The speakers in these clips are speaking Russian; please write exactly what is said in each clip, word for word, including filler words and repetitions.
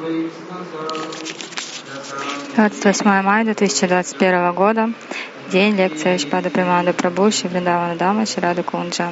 двадцать восьмое мая две тысячи двадцать первого года. День лекции Шрилы Премананды Прабху Шри Вриндавана Дама Шри Рада Кунджа.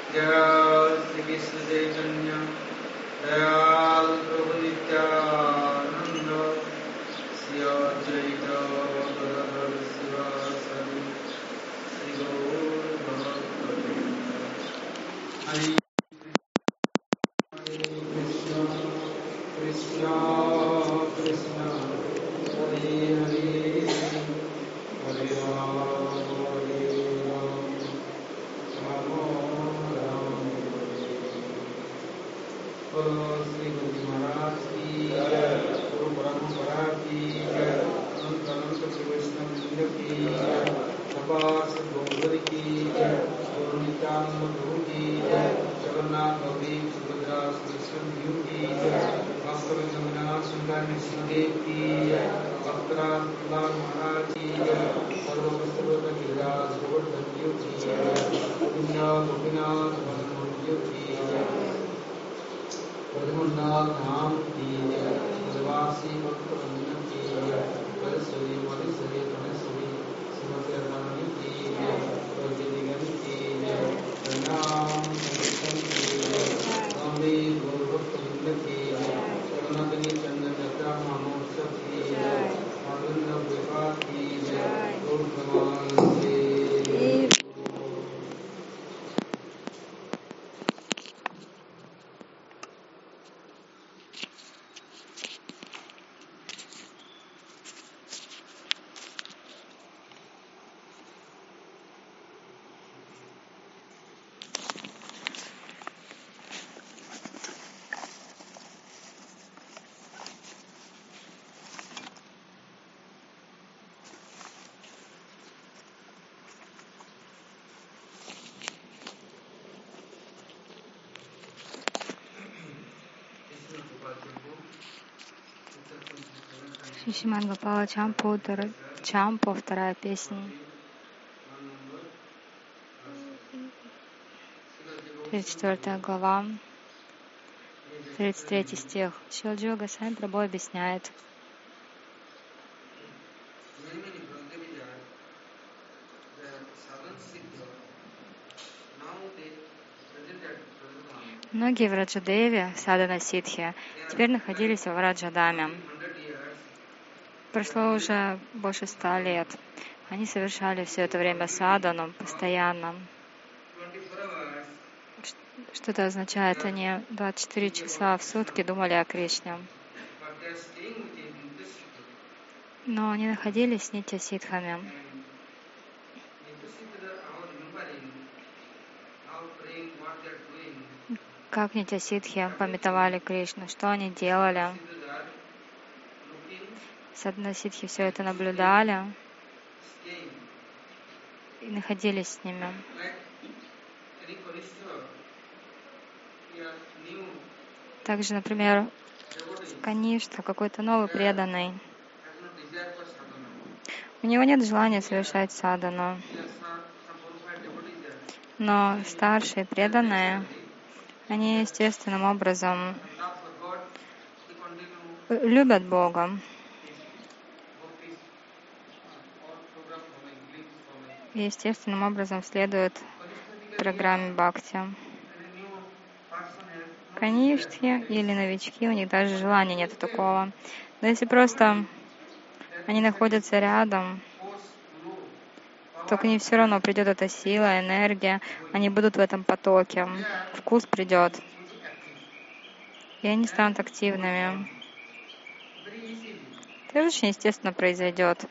Шримад Гопала Чампу, Чампу, вторая песня. тридцать четвёртая глава, тридцать третий стих. Шрила Джива Госвами Прабху объясняет. Многие в Раджадеве, Садана Сидхи, теперь находились в Враджадаме. Прошло уже больше ста лет. Они совершали все это время садану постоянно. Что это означает? Они двадцать четыре часа в сутки думали о Кришне. Но они находились с нитья-сидхами. Как нитья-сидхи памятовали Кришну, что они делали. Садхана-сидхи все это наблюдали и находились с ними. Также, например, Каништа, какой-то новый преданный. У него нет желания совершать садану. Но старшие преданные, они естественным образом любят Бога. И естественным образом следуют программе Бхакти. Каништхи или новички, у них даже желания нет такого. Но если просто они находятся рядом, то к ним все равно придет эта сила, энергия, они будут в этом потоке, вкус придет, и они станут активными. Это очень естественно произойдет.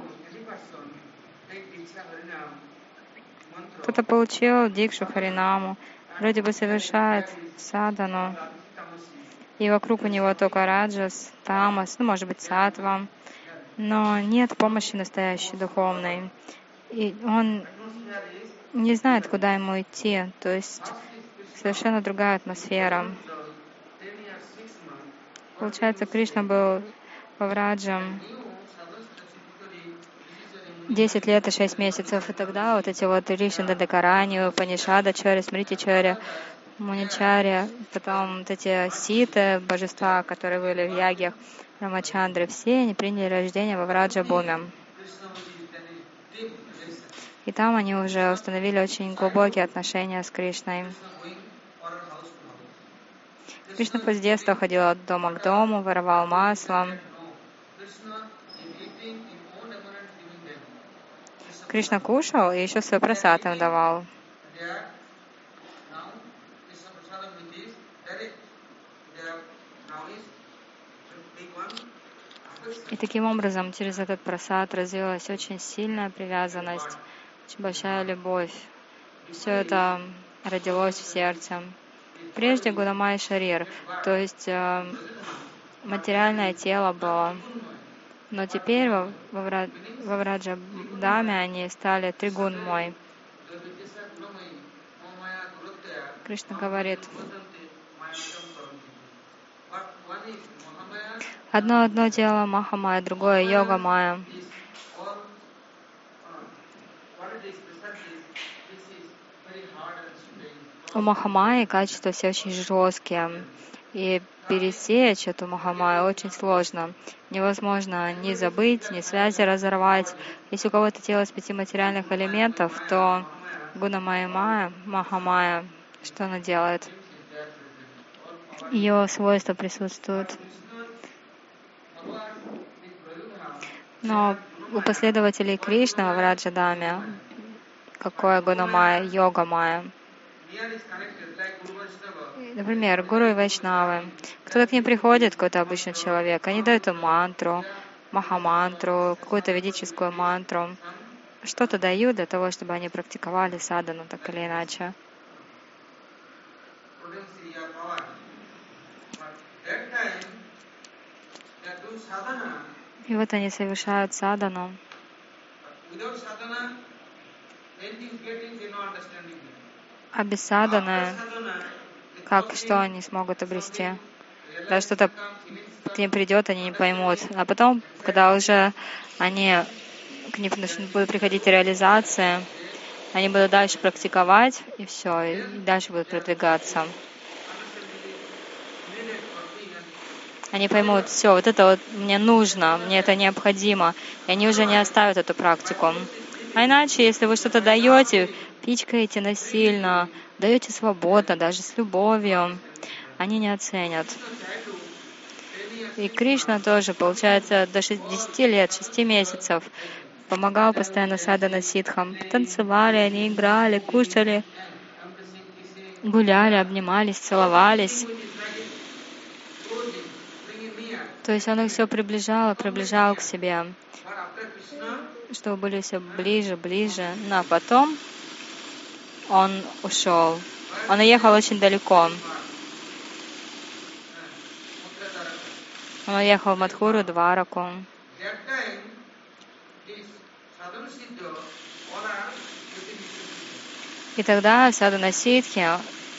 Кто-то получил дикшу Харинаму, вроде бы совершает садану, и вокруг у него только раджас, тамас, ну, может быть, саттва, но нет помощи настоящей духовной. И он не знает, куда ему идти, то есть совершенно другая атмосфера. Получается, Кришна был во Враджам десять лет и шесть месяцев, и тогда вот эти вот Риши Дадакарани, Панишадачари, Смритичари Муничарья, потом вот эти ситы, божества, которые были в ягьях Рамачандры, все они приняли рождение во Враджа-бхуме. И там они уже установили очень глубокие отношения с Кришной. Кришна с детства ходил от дома к дому, воровал масло. Кришна кушал и еще свой прасад им давал. И таким образом через этот прасад развилась очень сильная привязанность, очень большая любовь. Все это родилось в сердце. Прежде Гунамай Шарир, то есть э, материальное тело было. Но теперь во, во, во Враджа-даме они стали тригунмой. Кришна говорит, одно одно дело Махамая, другое Йога Майя. У Махамайи качества все очень жесткие, и пересечь эту Махамайю очень сложно. Невозможно ни забыть, ни связи разорвать. Если у кого-то тело из пяти материальных элементов, то Гунамайя Майя, Махамайя, что она делает? Ее свойства присутствуют. Но у последователей Кришны в Враджа-даме какое Гунамайя? Йога Майя. Например, гуру и вайшнавы. Кто-то к ним приходит, какой-то обычный человек, они дают им мантру, махамантру, какую-то ведическую мантру. Что-то дают для того, чтобы они практиковали садану так или иначе. И вот они совершают садану. А без садханы, как, что они смогут обрести? Да, что-то к ним придет, они не поймут. А потом, когда уже они, к ним будут приходить реализации, они будут дальше практиковать, и все, и дальше будут продвигаться. Они поймут, все, вот это вот мне нужно, мне это необходимо, и они уже не оставят эту практику. А иначе, если вы что-то даете, пичкаете насильно, даете свободно, даже с любовью, они не оценят. И Кришна тоже, получается, до шестидесяти лет, шести месяцев помогал постоянно садхана ситхам. Танцевали, они играли, кушали, гуляли, обнимались, целовались. То есть он их все приближал, приближал к себе, чтобы были все ближе, ближе. Но потом он ушел. Он уехал очень далеко. Он уехал в Мадхуру, Двараку. И тогда садхана ситхи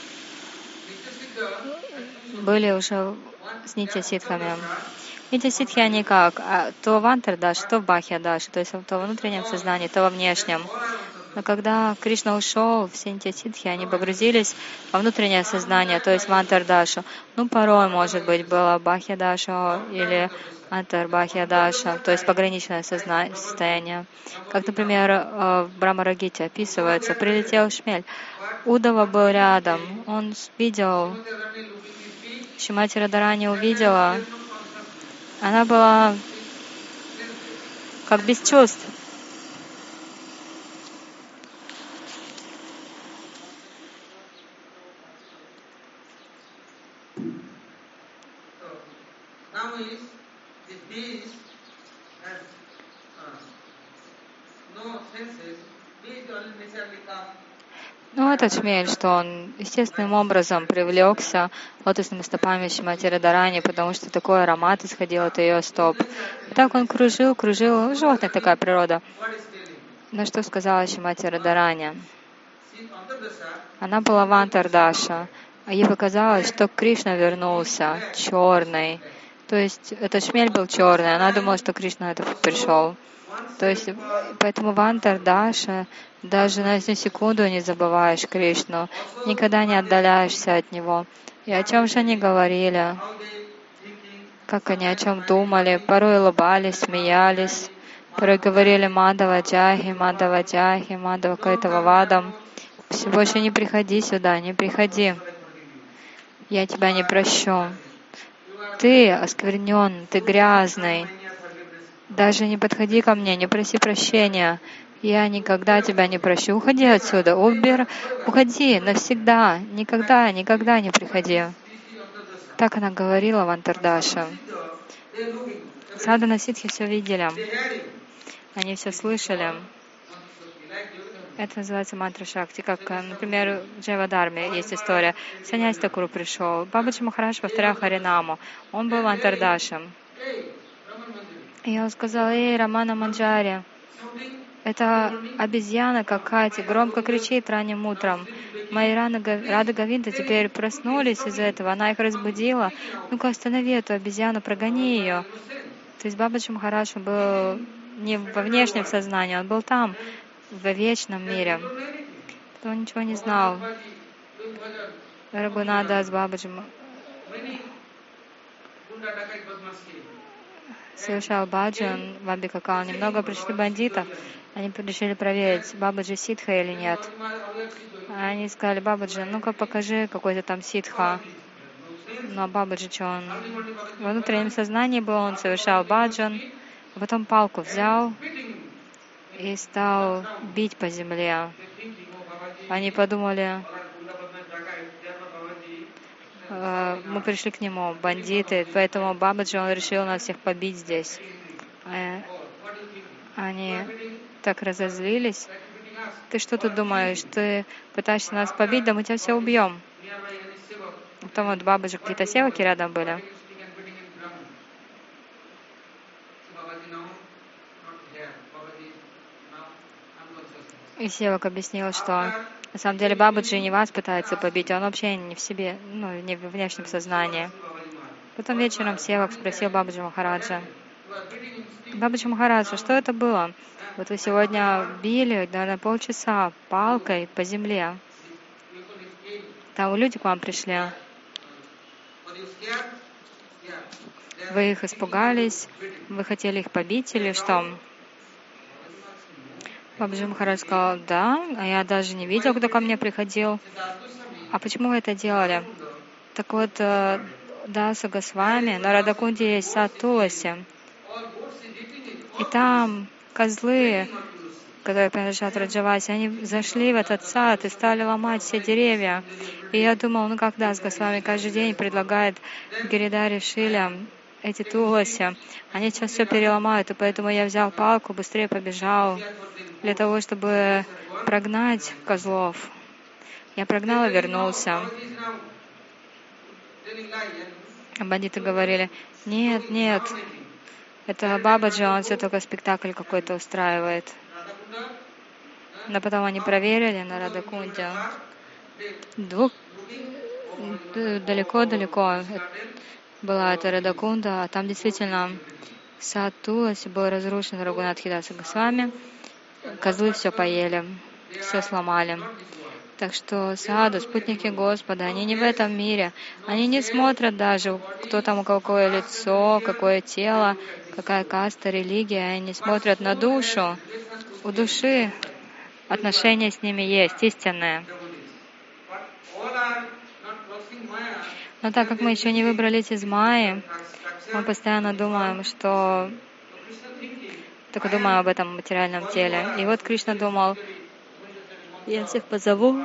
были уже с нитья ситхами. Нитья ситхи, они как? А то в антардаше, то в бахьядаше, то есть то во внутреннем сознании, то во внешнем. Но когда Кришна ушел, все нитья ситхи, они погрузились во внутреннее сознание, то есть в антардашу. Ну, порой, может быть, было бахьядаша или антарбахьядаша, то есть пограничное созна- состояние. Как, например, в Брахмарагите описывается, прилетел шмель. Удава был рядом, он видел, Шримати Радхарани увидела, она была как без чувств. Ну, этот шмель, что он естественным образом привлекся лотосными стопами Шримати Радхарани, потому что такой аромат исходил от ее стоп. И так он кружил, кружил. У животных такая природа. Но что сказала Шримати Радхарани? Она была в антардаша, а ей показалось, что Кришна вернулся, черный. То есть этот шмель был черный. Она думала, что Кришна это пришел. То есть, поэтому в Антардаша даже на одну секунду не забываешь Кришну, никогда не отдаляешься от Него. И о чем же они говорили, как они о чем думали, порой улыбались, смеялись, порой говорили Мадава Джахи, Мадава Джахи, Мадава Кайтава Вадам. Все, больше не приходи сюда, не приходи. Я тебя не прощу. Ты осквернен, ты грязный. Даже не подходи ко мне, не проси прощения. Я никогда тебя не прощу. Уходи отсюда, убер, уходи навсегда. Никогда, никогда не приходи. Так она говорила в Антардаше. Садхана ситхи все видели. Они все слышали. Это называется мантра шакти. Как, например, в Джайвадарме есть история. Саньяси Такуру пришел. Бабаджи Махарадж повторял Харинаму. Он был в Антардаше. И он сказал: эй, Рамана Манджари, это обезьяна какая-то, громко кричит ранним утром. Мои Рада Говинда теперь проснулись из-за этого, она их разбудила. Ну-ка, останови эту обезьяну, прогони ее. То есть Бабаджи Махарадж был не во внешнем сознании, он был там, в вечном мире. Он ничего не знал. Рагунада с Бабаджи совершал баджан в Амбикакал. Немного пришли бандитов, они решили проверить, Бабаджи ситха или нет. Они сказали: Бабаджи, ну-ка покажи какой-то там ситха. Ну а Бабаджи, что он? Во внутреннем сознании был, он совершал баджан, а потом палку взял и стал бить по земле. Они подумали, мы пришли к нему, бандиты, поэтому Бабаджи, он решил нас всех побить здесь. Они так разозлились. Ты что тут думаешь? Ты пытаешься нас побить? Да мы тебя все убьем. Потом вот Бабаджи, какие-то севаки рядом были. И севак объяснил, что на самом деле Бабаджи не вас пытается побить, он вообще не в себе, ну, не в внешнем сознании. Потом вечером севак спросил Бабаджи Махараджа: Бабаджи Махараджа, что это было? Вот вы сегодня били, наверное, полчаса палкой по земле. Там люди к вам пришли. Вы их испугались? Вы хотели их побить или что? Бабаджи Махарадж сказал: да, а я даже не видел, кто ко мне приходил. А почему вы это делали? Так вот, Даса Госвами, на Радакунде есть сад Туласи. И там козлы, которые принадлежат Раджавасе, они зашли в этот сад и стали ломать все деревья. И я думал, ну как Дас Госвами каждый день предлагает Гиридари Шиля эти Туласи, они сейчас все переломают, и поэтому я взял палку, быстрее побежал для того, чтобы прогнать козлов. Я прогнал и вернулся. Бандиты говорили: нет, нет, это Бабаджи, он все только спектакль какой-то устраивает. Но потом они проверили на Радакунде. Двух... Далеко-далеко была эта Радакунда, а там действительно сад Туласи был разрушен Рагунатхи Даса Госвами. Козлы все поели, все сломали. Так что саду, спутники Господа, они не в этом мире. Они не смотрят даже, кто там, у какое лицо, какое тело, какая каста, религия. Они смотрят на душу. У души отношения с ними есть, истинные. Но так как мы еще не выбрались из Майи, мы постоянно думаем, что... Только думаем об этом материальном теле. И вот Кришна думал: я всех позову,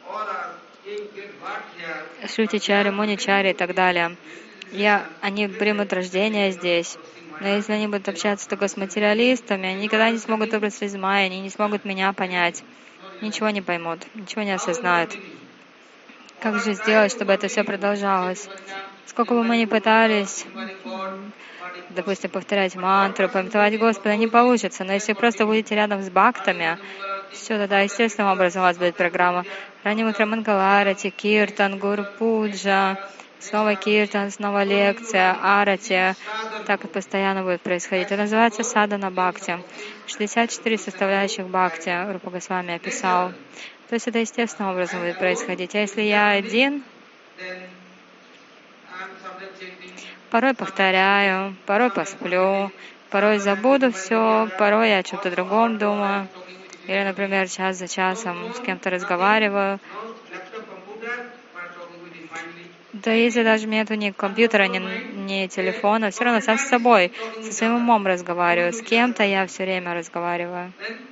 Шрутичари, Муничари и так далее. Я, они примут рождение здесь. Но если они будут общаться только с материалистами, они никогда не смогут выбраться из Майи, они не смогут меня понять. Ничего не поймут, ничего не осознают. Как же сделать, чтобы это все продолжалось? Сколько бы мы ни пытались, допустим, повторять мантру, памятовать Господа, не получится. Но если вы просто будете рядом с бхактами, все, тогда естественным образом у вас будет программа. Ранним утром Мангаларати, Киртан, Гуру Пуджа, снова киртан, снова лекция, арати. Так и постоянно будет происходить. Это называется садана бхакти. шестьдесят четыре составляющих бхакти Рупа Госвами описал. То есть это естественным образом будет происходить. А если я один, порой повторяю, порой посплю, порой забуду все, порой я о чем-то другом думаю. Или, например, час за часом с кем-то разговариваю. Да если даже нету ни компьютера, ни, ни телефона, все равно сам с собой, со своим умом разговариваю. С кем-то я все время разговариваю.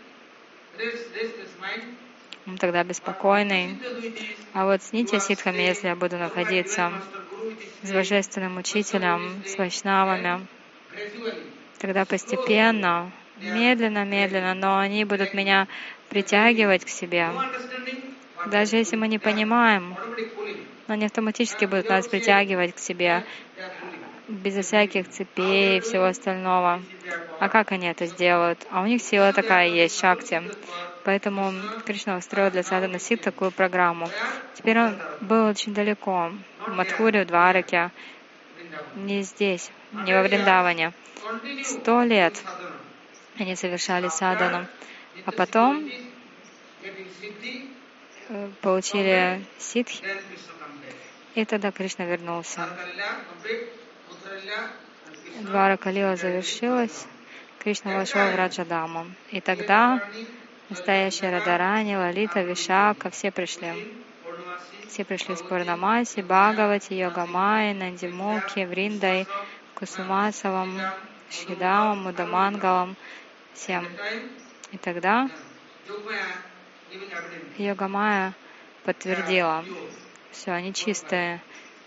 Он тогда беспокойный. А вот с нитья ситхами, если я буду находиться с божественным учителем, с вайшнавами, тогда постепенно, медленно, медленно, но они будут меня притягивать к себе. Даже если мы не понимаем, они автоматически будут нас притягивать к себе, безо всяких цепей и всего остального. А как они это сделают? А у них сила такая есть, шакти. Поэтому Кришна устроил для садхана Сидх такую программу. Теперь он был очень далеко, в Мадхуре, в Двараке, не здесь, не во Вриндаване. Сто лет они совершали садхану, а потом получили ситхи, и тогда Кришна вернулся. Дварака лила завершилась, Кришна вошел в Раджадаму. И тогда настоящие Радарани, Лалита, Вишака, все пришли. Все пришли с Пурнамаси, Бхагавати, Йогамай, Нандимуки, Вриндой, Кусумасовым, Шидамом, Мудамангалом, всем. И тогда Йогамая подтвердила, все, они чистые.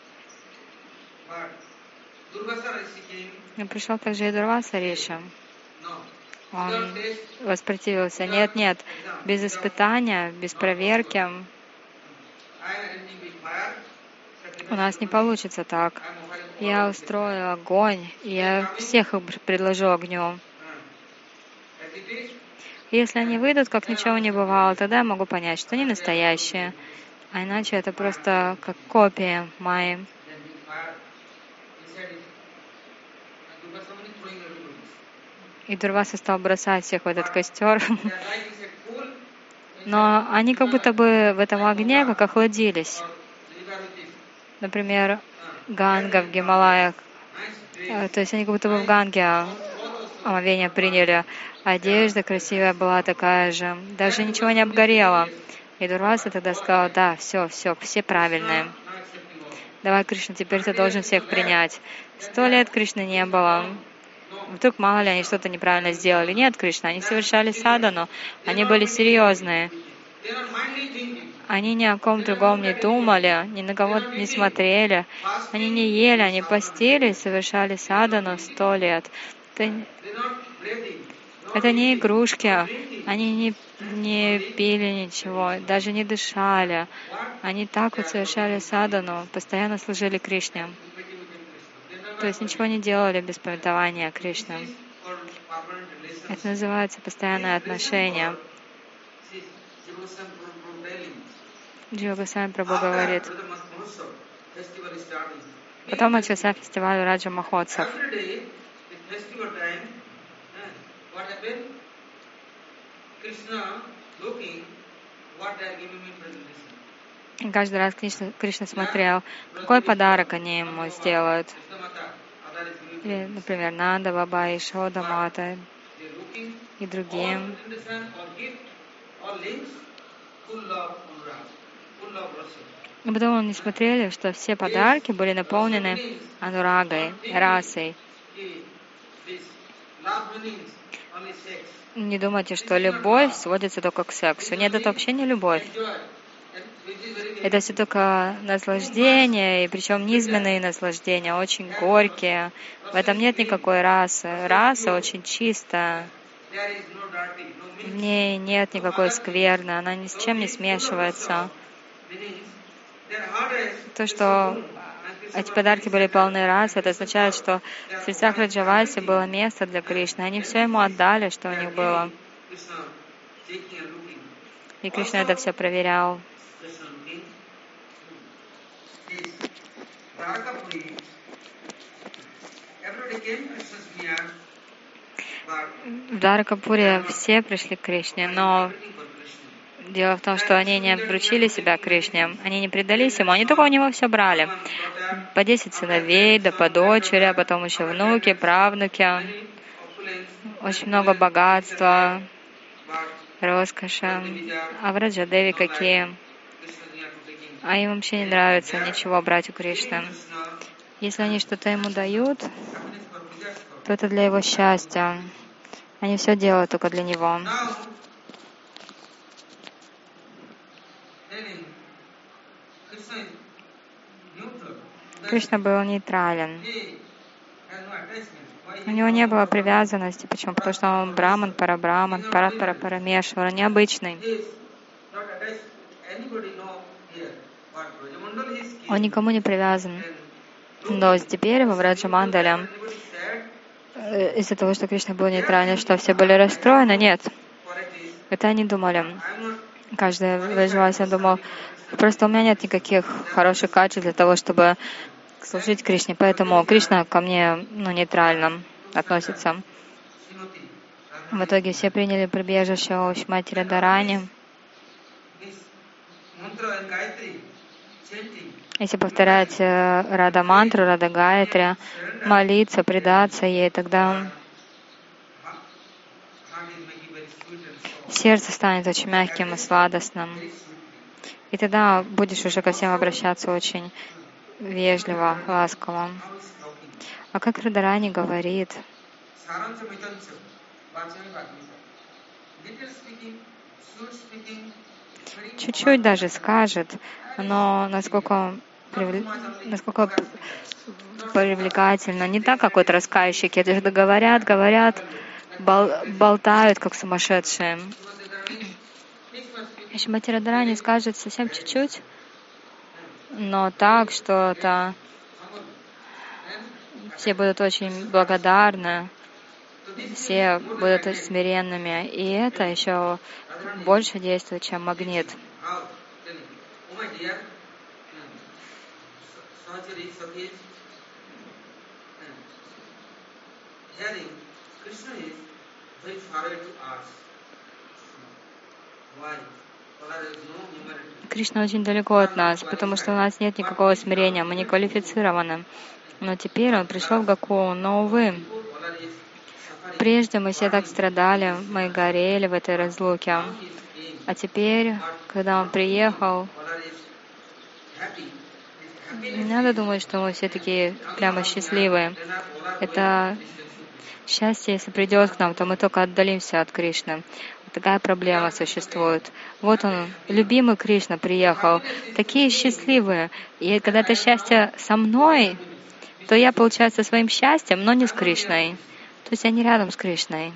И пришел также и Дурваса Риши. Он воспротивился. Нет, нет, без испытания, без проверки у нас не получится так. Я устрою огонь, и я всех их предложу огню. Если они выйдут, как ничего не бывало, тогда я могу понять, что они настоящие. А иначе это просто как копия Майи. И Дурваса стал бросать всех в этот костер. Но они как будто бы в этом огне как охладились. Например, Ганга в Гималаях. То есть они как будто бы в Ганге омовение приняли. Одежда красивая была такая же. Даже ничего не обгорело. И Дурваса тогда сказал, да, все, все, все правильные. Давай, Кришна, теперь ты должен всех принять. Сто лет Кришны не было. Вдруг, мало ли, они что-то неправильно сделали. Нет, Кришна, они совершали садхану, они были серьезные. Они ни о ком другом не думали, ни на кого не смотрели. Они не ели, они постили и совершали садхану сто лет. Это, это не игрушки. Они не, не пили ничего, даже не дышали. Они так вот совершали садхану, постоянно служили Кришне. То есть ничего не делали без памятования Кришны. Это называется постоянное отношение. Джива Госвами Прабху говорит. Потом начался фестиваль Раджа Махотсав. И каждый раз Кришна, Кришна смотрел, какой подарок они ему сделают. Или, например, Нанда, Баба, Ишода, Мата и другим. И потом они смотрели, что все подарки были наполнены анурагой, расой. Не думайте, что любовь сводится только к сексу. Нет, это вообще не любовь. Это все только наслаждение, и причем низменные наслаждения, очень горькие. В этом нет никакой расы. Раса очень чистая. В ней нет никакой скверны, она ни с чем не смешивается. То, что эти подарки были полны расы, это означает, что в сердцах Раджаваси было место для Кришны. Они все ему отдали, что у них было. И Кришна это все проверял. В Дваракапуре все пришли к Кришне, но дело в том, что они не вручили себя Кришне, они не предались ему, они только у него все брали. По десять сыновей, да по дочери, а потом еще внуки, правнуки, очень много богатства, роскоши. А в Раджадеви какие? А им вообще не нравится ничего брать у Кришны. Если они что-то ему дают, то это для его счастья. Они все делают только для него. Кришна был нейтрален. У него не было привязанности. Почему? Потому что он браман, парабраман, парапара, парамешвара, необычный. Он никому не привязан. Но теперь во Враджамандале, из-за того, что Кришна был нейтрален, что все были расстроены, нет. Это они думали. Каждый Враджаваси думал, просто у меня нет никаких хороших качеств для того, чтобы служить Кришне, поэтому Кришна ко мне ну, нейтрально относится. В итоге все приняли прибежище у Шримати Радхарани. Если повторять Рада мантру, Рада Гаятри, молиться, предаться ей, тогда сердце станет очень мягким и сладостным. И тогда будешь уже ко всем обращаться очень вежливо, ласково. А как Радхарани говорит, чуть-чуть даже скажет, но насколько, насколько привлекательно, не так, как вот раскающики, это же говорят, говорят, бол, болтают, как сумасшедшие. Шримати Радхарани скажет совсем чуть-чуть, но так, что это все будут очень благодарны, все будут смиренными, и это еще больше действует, чем магнит. Кришна очень далеко от нас, потому что у нас нет никакого смирения, мы не квалифицированы. Но теперь Он пришел в Гокулу, но, увы, прежде мы все так страдали, мы горели в этой разлуке. А теперь, когда Он приехал, не надо думать, что мы все такие прямо счастливые. Это счастье, если придет к нам, то мы только отдалимся от Кришны. Такая проблема существует. Вот он, любимый Кришна, приехал. Такие счастливые. И когда это счастье со мной, то я, получается, своим счастьем, но не с Кришной. То есть я не рядом с Кришной.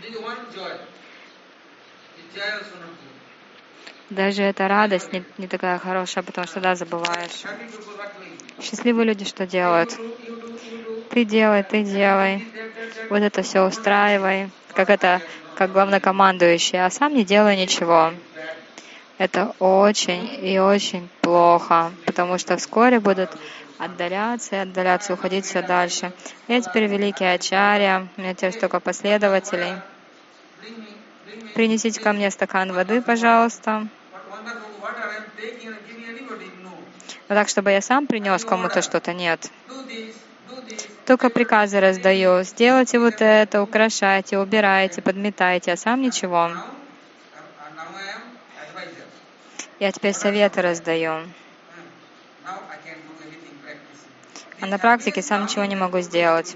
Даже эта радость не, не такая хорошая, потому что да, забываешь. Счастливые люди что делают? Ты делай, ты делай. Вот это все устраивай. Как это, как главнокомандующий, а сам не делай ничего. Это очень и очень плохо, потому что вскоре будут отдаляться и отдаляться, уходить все дальше. Я теперь великий ачарья, у меня теперь столько последователей. Принесите ко мне стакан воды, пожалуйста. Но так, чтобы я сам принес кому-то что-то, нет. Только приказы раздаю. Сделайте вот это, украшайте, убирайте, подметайте, а сам ничего. Я теперь советы раздаю. А на практике сам ничего не могу сделать.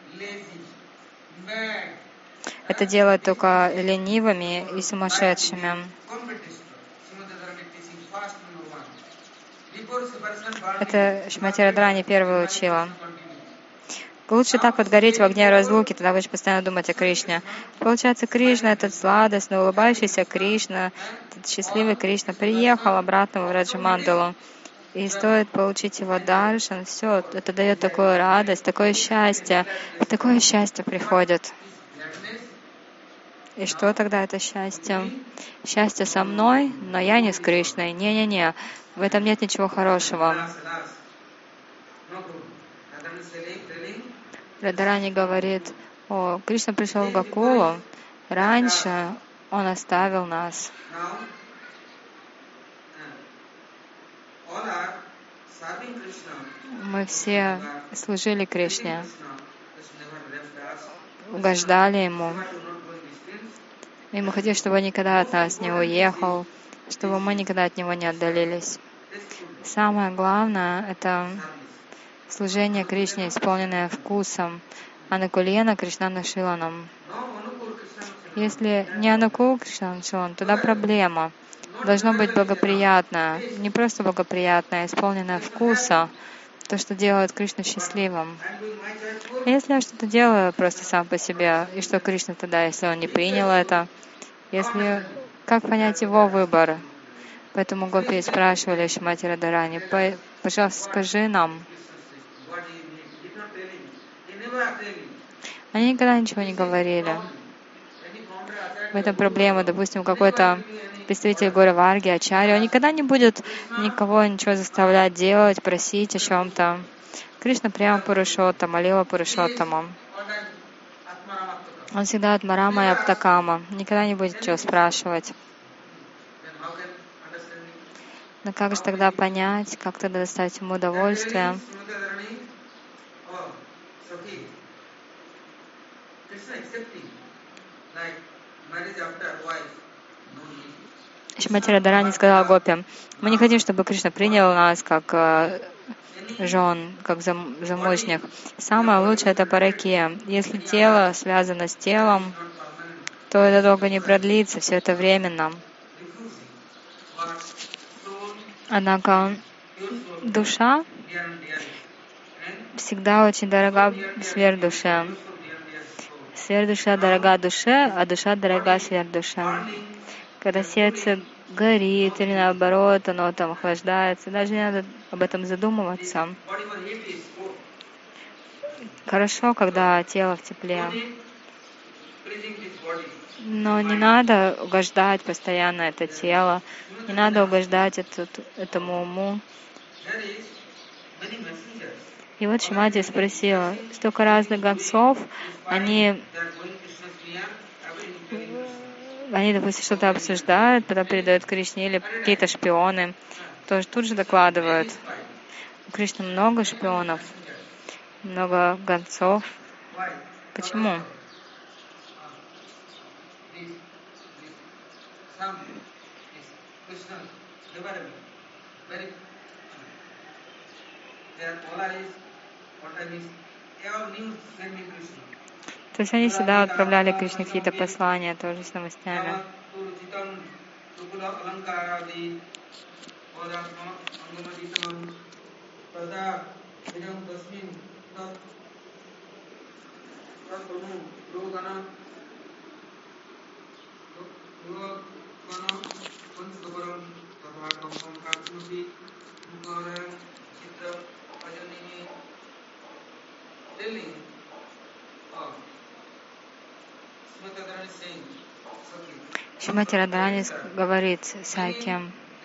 Это делают только ленивыми и сумасшедшими. Это Шримати Радхарани первая учила. Лучше так вот гореть в огне разлуки, тогда будешь постоянно думать о Кришне. Получается, Кришна, этот сладостный, улыбающийся Кришна, этот счастливый Кришна, приехал обратно в Враджамандалу. И стоит получить его даршан, все, это дает такую радость, такое счастье. Такое счастье приходит. И что тогда это счастье? Счастье со мной, но я не с Кришной. Не-не-не, в этом нет ничего хорошего. Радхарани говорит: о, Кришна пришел в Гокулу, раньше он оставил нас. Мы все служили Кришне, угождали Ему. И мы хотим, чтобы Он никогда от нас не уехал, чтобы мы никогда от Него не отдалились. Самое главное — это служение Кришне, исполненное вкусом. Анукулена Кришнана Шиланам. Если не Анукул Кришнана Шилан, тогда проблема. Должно быть благоприятное, не просто благоприятное, а исполненное вкуса, то, что делает Кришну счастливым. Если я что-то делаю просто сам по себе, и что Кришна тогда, если он не принял это, если как понять его выбор? Поэтому гопи спрашивали Шримати Радхарани: пожалуйста, скажи нам. Они никогда ничего не говорили. В этом проблема. Допустим, какой-то представитель Гора Варги, Ачарья, он никогда не будет никого ничего заставлять делать, просить о чем-то. Кришна прямо Пурушоттама, Лила Пурушоттама. Он всегда Атмарама и Аптакама. Никогда не будет ничего спрашивать. Но как же тогда понять, как тогда доставить ему удовольствие? Шримати Радхарани сказала гопи: мы не хотим, чтобы Кришна принял нас как э, жен, как зам, замужних. Самое лучшее — это параке. Если тело связано с телом, то это долго не продлится, все это временно. Однако душа всегда очень дорога сверхдуше. Сверхдуша дорога душе, а душа дорога сверхдуше. Когда сердце горит или наоборот, оно там охлаждается, даже не надо об этом задумываться. Хорошо, когда тело в тепле. Но не надо угождать постоянно это тело, не надо угождать этот, этому уму. И вот Шримати спросила: столько разных гонцов, они, они, допустим, что-то обсуждают, потом передают Кришне, или какие-то шпионы, тоже тут же докладывают. У Кришны много шпионов, много гонцов. Почему? То есть они всегда отправляли Кришне какие-то послания тоже с новостями. Шримати Радхарани говорит Саке: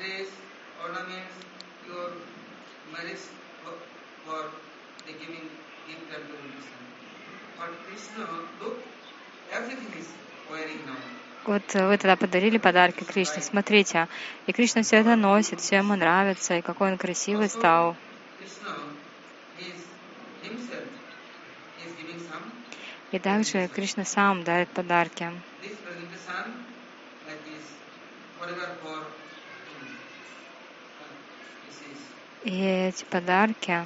вот вы тогда подарили подарки Кришне, смотрите, и Кришна все это носит, все ему нравится, и какой он красивый стал. И также Кришна сам дарит подарки. И эти подарки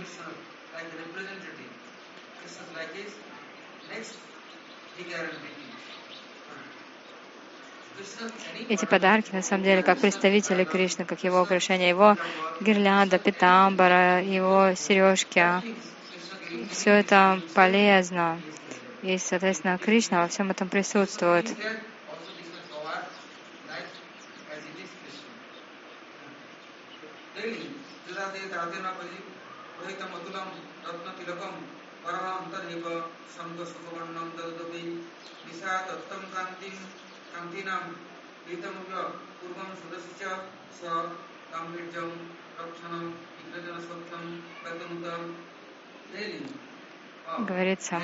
Эти подарки, на самом деле, как представители Кришны, как его украшения, его гирлянда, питамбара, его сережки, все это полезно. И, соответственно, Кришна во всем этом присутствует. говорится,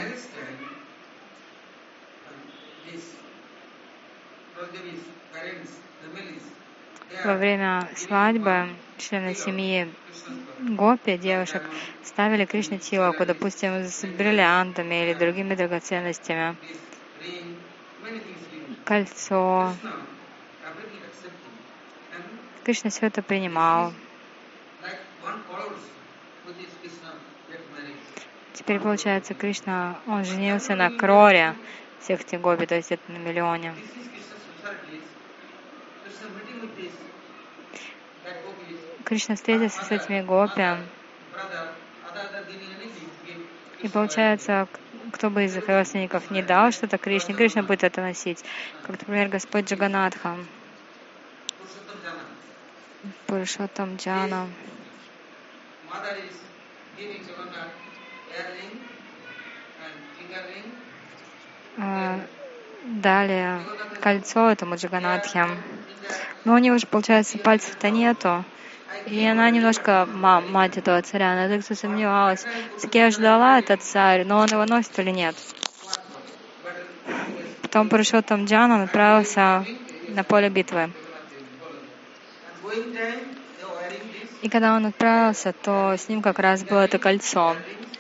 во время свадьбы члены семьи гопи, девушек, ставили Кришне тилоку, допустим, с бриллиантами или другими драгоценностями, кольцо. Кришна все это принимал. Теперь, получается, Кришна, он женился на кроре всех этих гопи, то есть это на миллионе. Кришна встретился с этими гопи, и получается, кто бы из их родственников не дал что-то Кришне, Кришна будет это носить. Как, например, Господь Джаганатха, Пурушоттам Джана. Далее кольцо этому Джаганатхе. Но у него же, получается, пальцев-то нету. И она немножко, мам, мать этого царя, она так засомневалась. Так я ждала этот царь, но он его носит или нет. Потом Пурушоттам Джана отправился на поле битвы. И когда он отправился, то с ним как раз было это кольцо.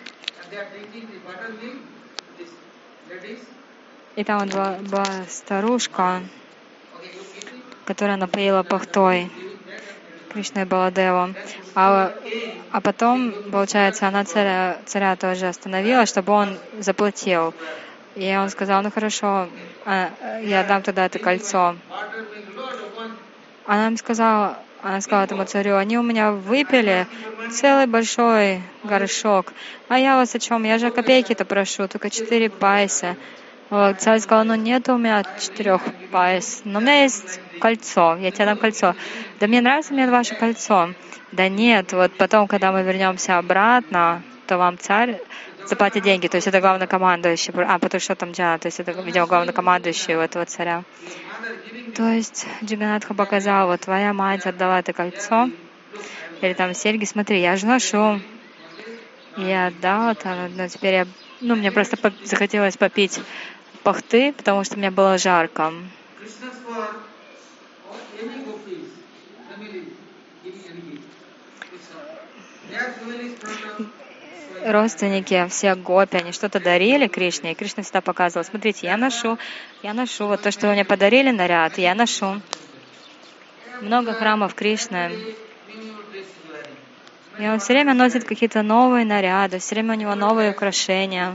И там вот была, была старушка, которая напоила пахтой Кришну и Баладеву. А, а потом, получается, она царя, царя тоже остановила, чтобы он заплатил. И он сказал, ну хорошо, я дам тогда это кольцо. Она им сказала, она сказала этому царю, они у меня выпили целый большой горшок. А я вас о чем? Я же копейки-то прошу, только четыре пайса. Вот, царь сказал, ну нет у меня четырех пайс, но у меня есть кольцо, я тебе дам кольцо. Да мне нравится мне ваше кольцо. Да нет, вот потом, когда мы вернемся обратно, то вам царь заплатит деньги, то есть это главнокомандующий, а потому что там Джана, то есть это, видимо, главнокомандующий у этого царя. То есть Джаганатха показал, вот твоя мать отдала это кольцо, или там серьги, смотри, я же ношу. И я отдала там, но теперь я, ну, мне просто захотелось попить пахты, потому что мне было жарко. Родственники всех гопи, они что-то дарили Кришне, и Кришна всегда показывал, смотрите, я ношу, я ношу, вот то, что вы мне подарили, наряд, я ношу. Много храмов Кришны. И он все время носит какие-то новые наряды, все время у него новые украшения.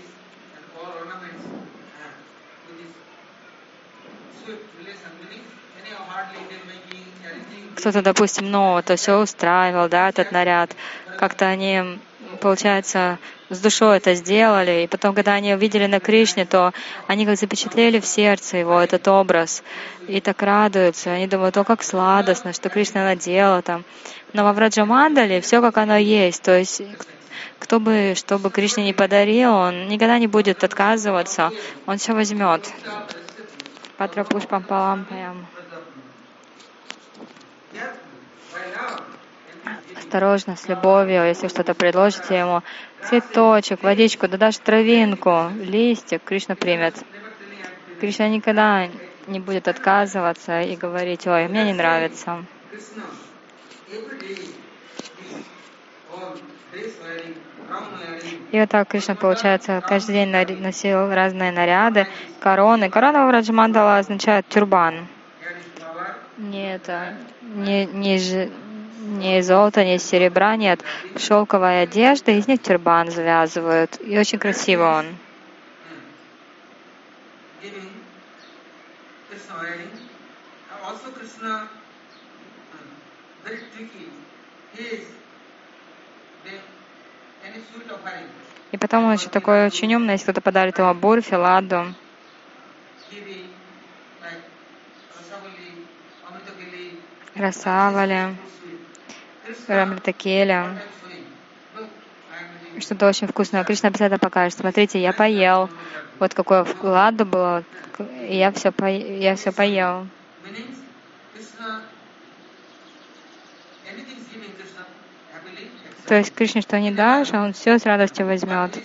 Кто-то, допустим, ну, то все устраивал, да, этот наряд. Как-то они, получается, с душой это сделали. И потом, когда они увидели на Кришне, то они как запечатлели в сердце его этот образ. И так радуются. Они думают, о, как сладостно, что Кришна надела там. Но во Враджамандале все как оно есть. То есть, кто бы, что бы Кришне не подарил, он никогда не будет отказываться. Он все возьмет. Патра пушпам палампаям. Осторожно, с любовью, если что-то предложите ему, цветочек, водичку, да даже травинку, листик, Кришна примет. Кришна никогда не будет отказываться и говорить, ой, мне не нравится. И вот так Кришна, получается, каждый день носил разные наряды, короны. Корона в Враджамандала означает тюрбан. Не это, не, не, не золото, не серебра, нет. Шелковая одежда, из них тюрбан завязывают. И очень красиво он. И потом он еще такой очень умный, если кто-то подарит ему бурфи, ладу, расавали, рамритакеля, что-то очень вкусное. Кришна обязательно покажет. Смотрите, я поел. Вот какое ладу было, и я все, по... я все поел. То есть Кришне что не дашь, а он все с радостью возьмет.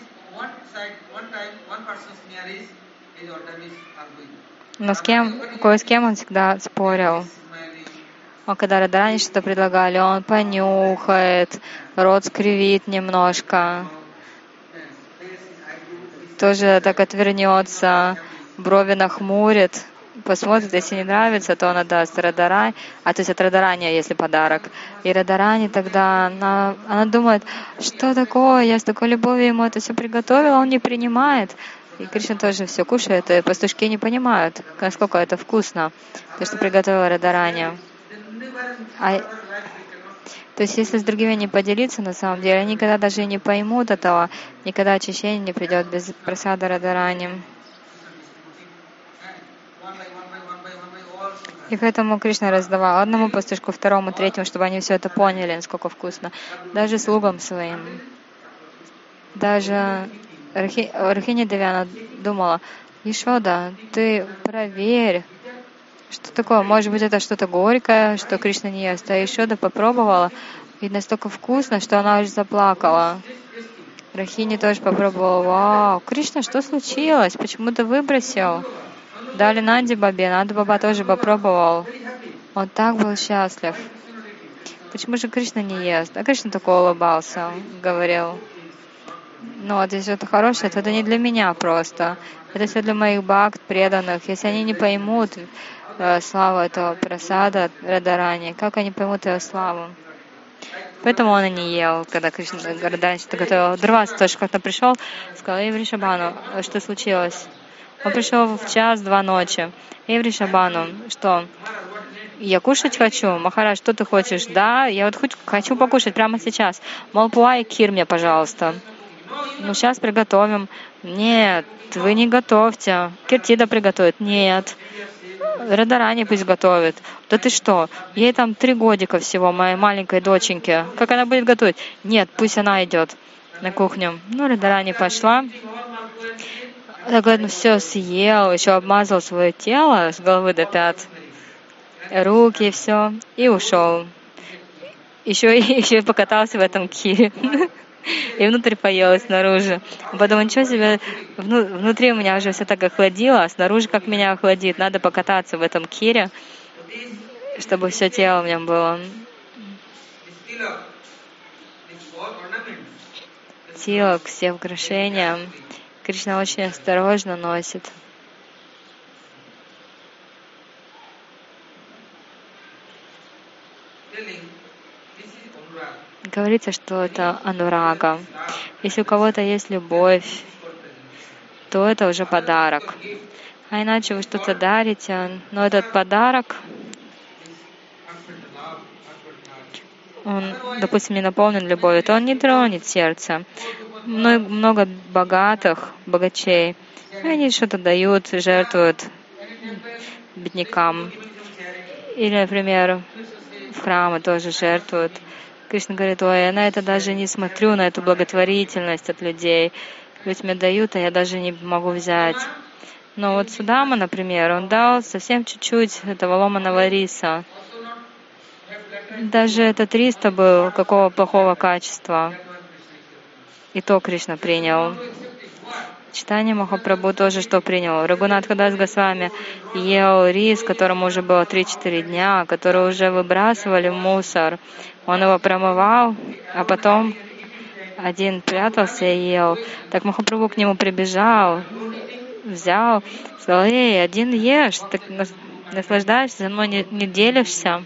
Но с кем, кое с кем он всегда спорил. Он когда Радарани что-то предлагали, он понюхает, рот скривит немножко, тоже так отвернется, брови нахмурит, посмотрит, если не нравится, то он отдаст Радарани, а то есть от Радарани, если подарок. И Радарани тогда, она, она думает, что такое, я с такой любовью ему это все приготовила, он не принимает. И Кришна тоже все кушает, и пастушки не понимают, насколько это вкусно, то, что приготовила Радарани. А, то есть, если с другими не поделиться, на самом деле, они никогда даже и не поймут этого, никогда очищение не придет без прасада Радарани. И поэтому Кришна раздавал одному пастушку, второму, третьему, чтобы они все это поняли, насколько вкусно. Даже слугам своим. Даже Рахи, Рахини Девяна думала, Ешода, ты проверь, что такое, может быть, это что-то горькое, что Кришна не ест. А Ешода попробовала, и настолько вкусно, что она аж заплакала. Рахини тоже попробовала, вау, Кришна, что случилось? Почему ты выбросил? Дали Нанди Бабе, Нанди Баба тоже попробовал. Он так был счастлив. Почему же Кришна не ест? А Кришна только улыбался, говорил, ну вот если это хорошее, то это не для меня просто. Это все для моих бхакт, преданных. Если они не поймут э, славу этого прасада Радарани, как они поймут ее славу? Поэтому он и не ел, когда Кришна Радарани что-то готовил. Дурваса тоже как-то пришел, сказал, эй, Вришабану, что случилось? Он пришел в час-два ночи. Эй, Вришабану, что? Я кушать хочу. Махарадж, что ты хочешь? Да, я вот хоть хочу покушать прямо сейчас. Малпуа и кир мне, пожалуйста. Ну, сейчас приготовим. Нет, вы не готовьте. Киртида приготовит. Нет. Радарани пусть готовит. Да ты что? Ей там три годика всего, моей маленькой доченьке. Как она будет готовить? Нет, пусть она идет на кухню. Ну, Радарани пошла. Такой, ну все, съел, еще обмазал свое тело с головы до пят, руки, все, и ушел. Еще, еще и покатался в этом кире. И внутрь поел, и снаружи. Потом, ничего себе, вну, внутри у меня уже все так охладило, а снаружи как меня охладит. Надо покататься в этом кире, чтобы все тело у меня было. Тилок, все украшения. Кришна очень осторожно носит. Говорится, что это анурага. Если у кого-то есть любовь, то это уже подарок. А иначе вы что-то дарите, но этот подарок, он, допустим, не наполнен любовью, то он не тронет сердце. Много богатых, богачей, они что-то дают, жертвуют беднякам. Или, например, в храмы тоже жертвуют. Кришна говорит, ой, я на это даже не смотрю, на эту благотворительность от людей. Ведь мне дают, а я даже не могу взять. Но вот Судама, например, он дал совсем чуть-чуть этого ломаного риса. Даже этот рис-то был какого плохого качества. И то Кришна принял. Чайтанья Махапрабху тоже что принял? Рагунатха Дас Госвами ел рис, которому уже было три-четыре дня, который уже выбрасывали в мусор. Он его промывал, а потом один прятался и ел. Так Махапрабху к нему прибежал, взял, сказал, эй, один ешь, ты наслаждаешься, со мной не, не делишься.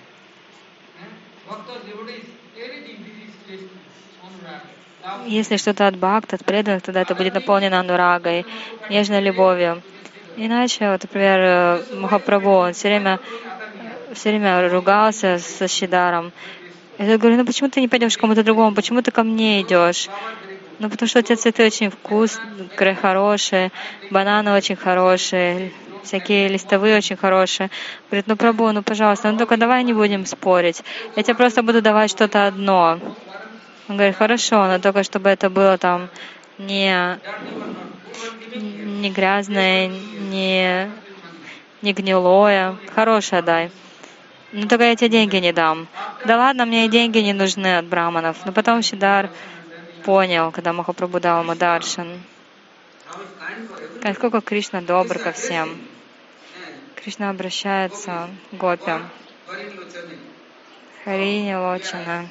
Если что-то от бхакт, от преданных, тогда это будет наполнено анурагой, нежной любовью. Иначе, вот, например, Махапрабху, он все время, все время ругался со Шридаром. Я говорю, ну почему ты не пойдешь к кому-то другому, почему ты ко мне идешь? Ну потому что у тебя цветы очень вкусные, хорошие, бананы очень хорошие, всякие листовые очень хорошие. Говорит, ну Прабху, ну пожалуйста, ну только давай не будем спорить. Я тебе просто буду давать что-то одно. Он говорит, хорошо, но только чтобы это было там не, не грязное, не, не гнилое. Хорошее дай. ну только я тебе деньги не дам. Да ладно, мне и деньги не нужны от браманов. Но потом Сидар понял, когда Махапрабху дал ему даршан, насколько Кришна добр ко всем. Кришна обращается к гопям. Харини Лочана.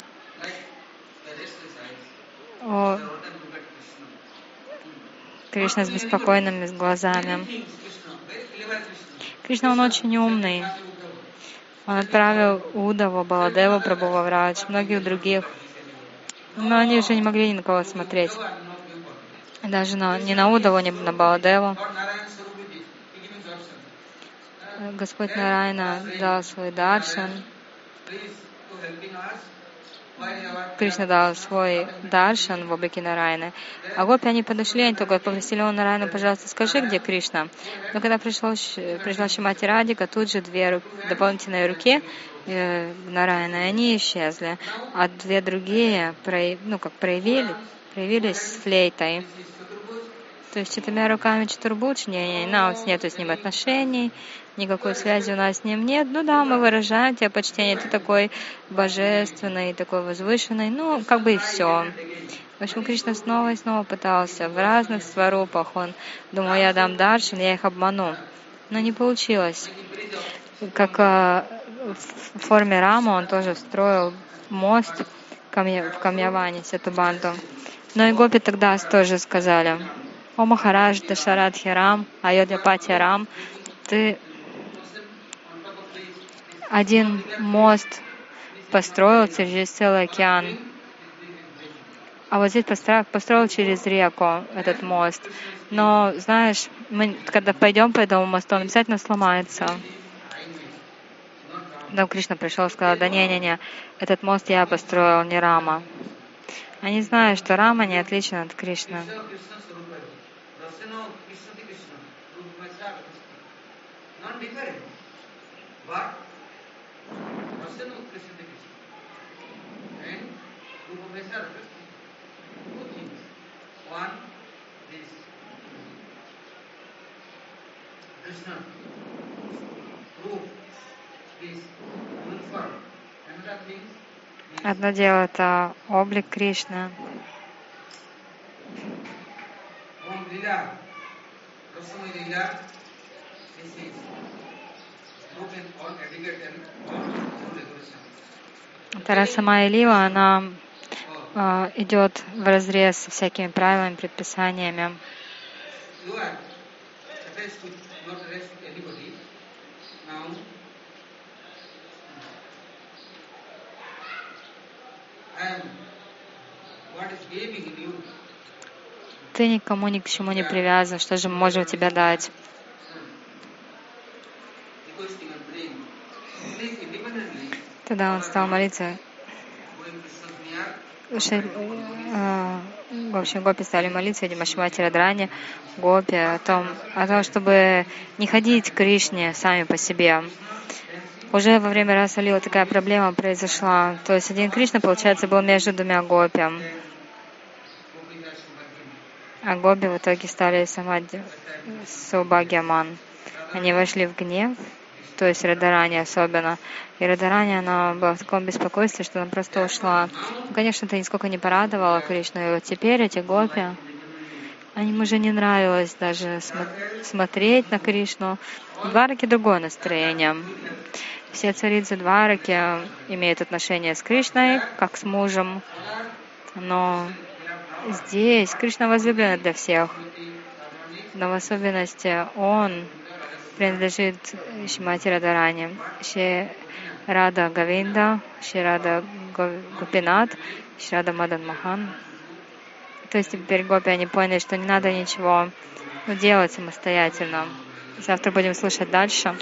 О, Кришна с беспокойными глазами. Кришна, он очень умный. Он отправил Удаву, Баладеву, Прабху Врадж, многих других. Но они уже не могли ни на кого смотреть. Даже на, ни на Удаву, ни на Баладеву. Господь Нарайна дал свой даршан. Кришна дал свой даршан в облике Нарайны. А гопи, они подошли, они только попросили у Нарайну, пожалуйста, скажи, где Кришна. Но когда пришел, пришла Шримати Радика, тут же две дополнительные руки э, Нарайны, они исчезли. А две другие, прояв, ну, как проявили, проявились с флейтой. То есть четырьмя руками Чатурбудж, не, не, у нас нету с ним отношений, никакой связи у нас с ним нет. Ну да, мы выражаем тебе почтение, ты такой божественный, такой возвышенный, ну как бы и все. В общем, Кришна снова и снова пытался в разных сварупах. Он думал, я дам даршан, я их обману. Но не получилось. Как э, в форме Рама он тоже строил мост в Камьяване, Сетубанту. Но и гопи тогда тоже сказали: «О Махарадж, Дашарадхи Рам, Айодхяпати Рам, ты один мост построил через целый океан, а вот здесь построил, построил через реку этот мост. Но, знаешь, мы когда пойдем по этому мосту, он обязательно сломается». Там Кришна пришел и сказал: «Да не-не-не, этот мост я построил, не Рама». Они знают, что Рама не отличен от Кришны. Одно дело — это облик Кришны. Тарасамая Лила, она э, идет вразрез со всякими правилами, предписаниями. Ты никому ни к чему не привязан, что же мы можем тебе дать? Тогда он стал молиться. В общем, гопи стали молиться, видимо, Шримати Радрани, гопи, о том, о том, чтобы не ходить к Кришне сами по себе. Уже во время Раса Лилы такая проблема произошла. То есть один Кришна, получается, был между двумя гопи. А гопи в итоге стали самадхи Саубхагьяман. Они вошли в гнев, то есть Радарани особенно. И Радарани, она была в таком беспокойстве, что она просто ушла. Ну, конечно, это нисколько не порадовало Кришну. И вот теперь эти гопи, им уже не нравилось даже см- смотреть на Кришну. В Двараке другое настроение. Все царицы Двараки имеют отношение с Кришной, как с мужем. Но здесь Кришна возлюбленный для всех. Но в особенности он принадлежит Шримати Радарани, Шри Рада Говинда, Шри Рада Гопинат, Шри Рада Мадан Мохан. То есть теперь гопи, они поняли, что не надо ничего делать самостоятельно. Завтра будем слушать дальше.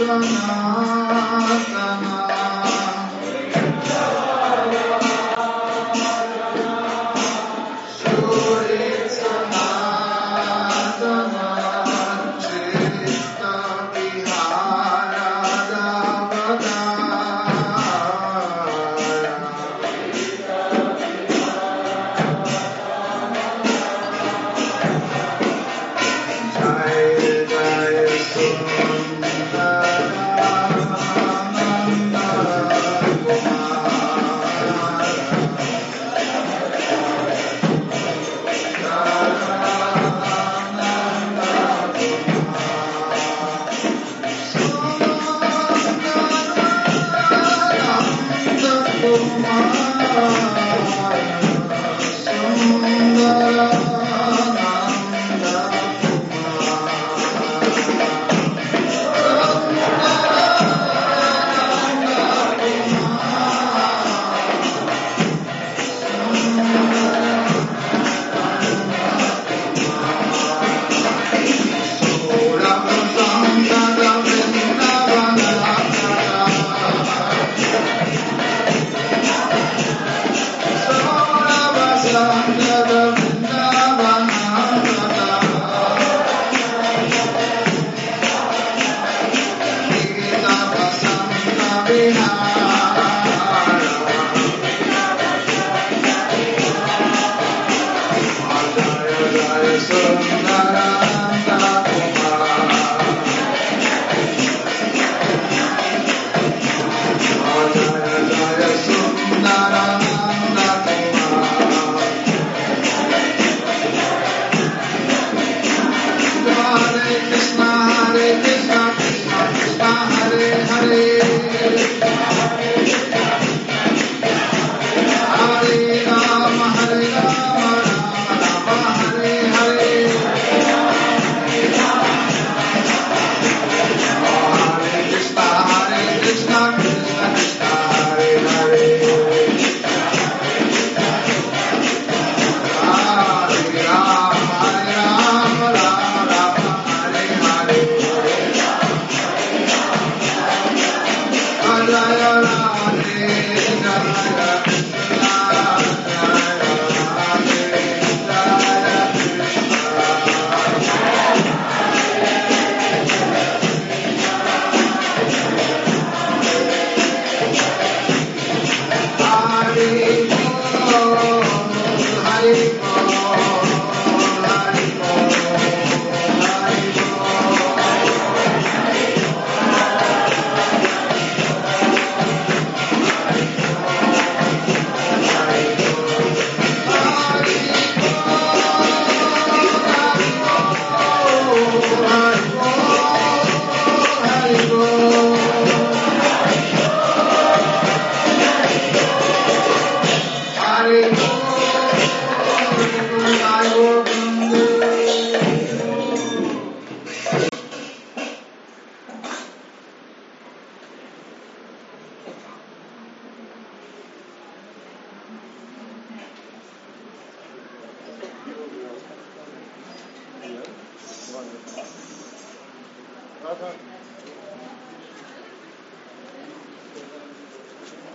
Radha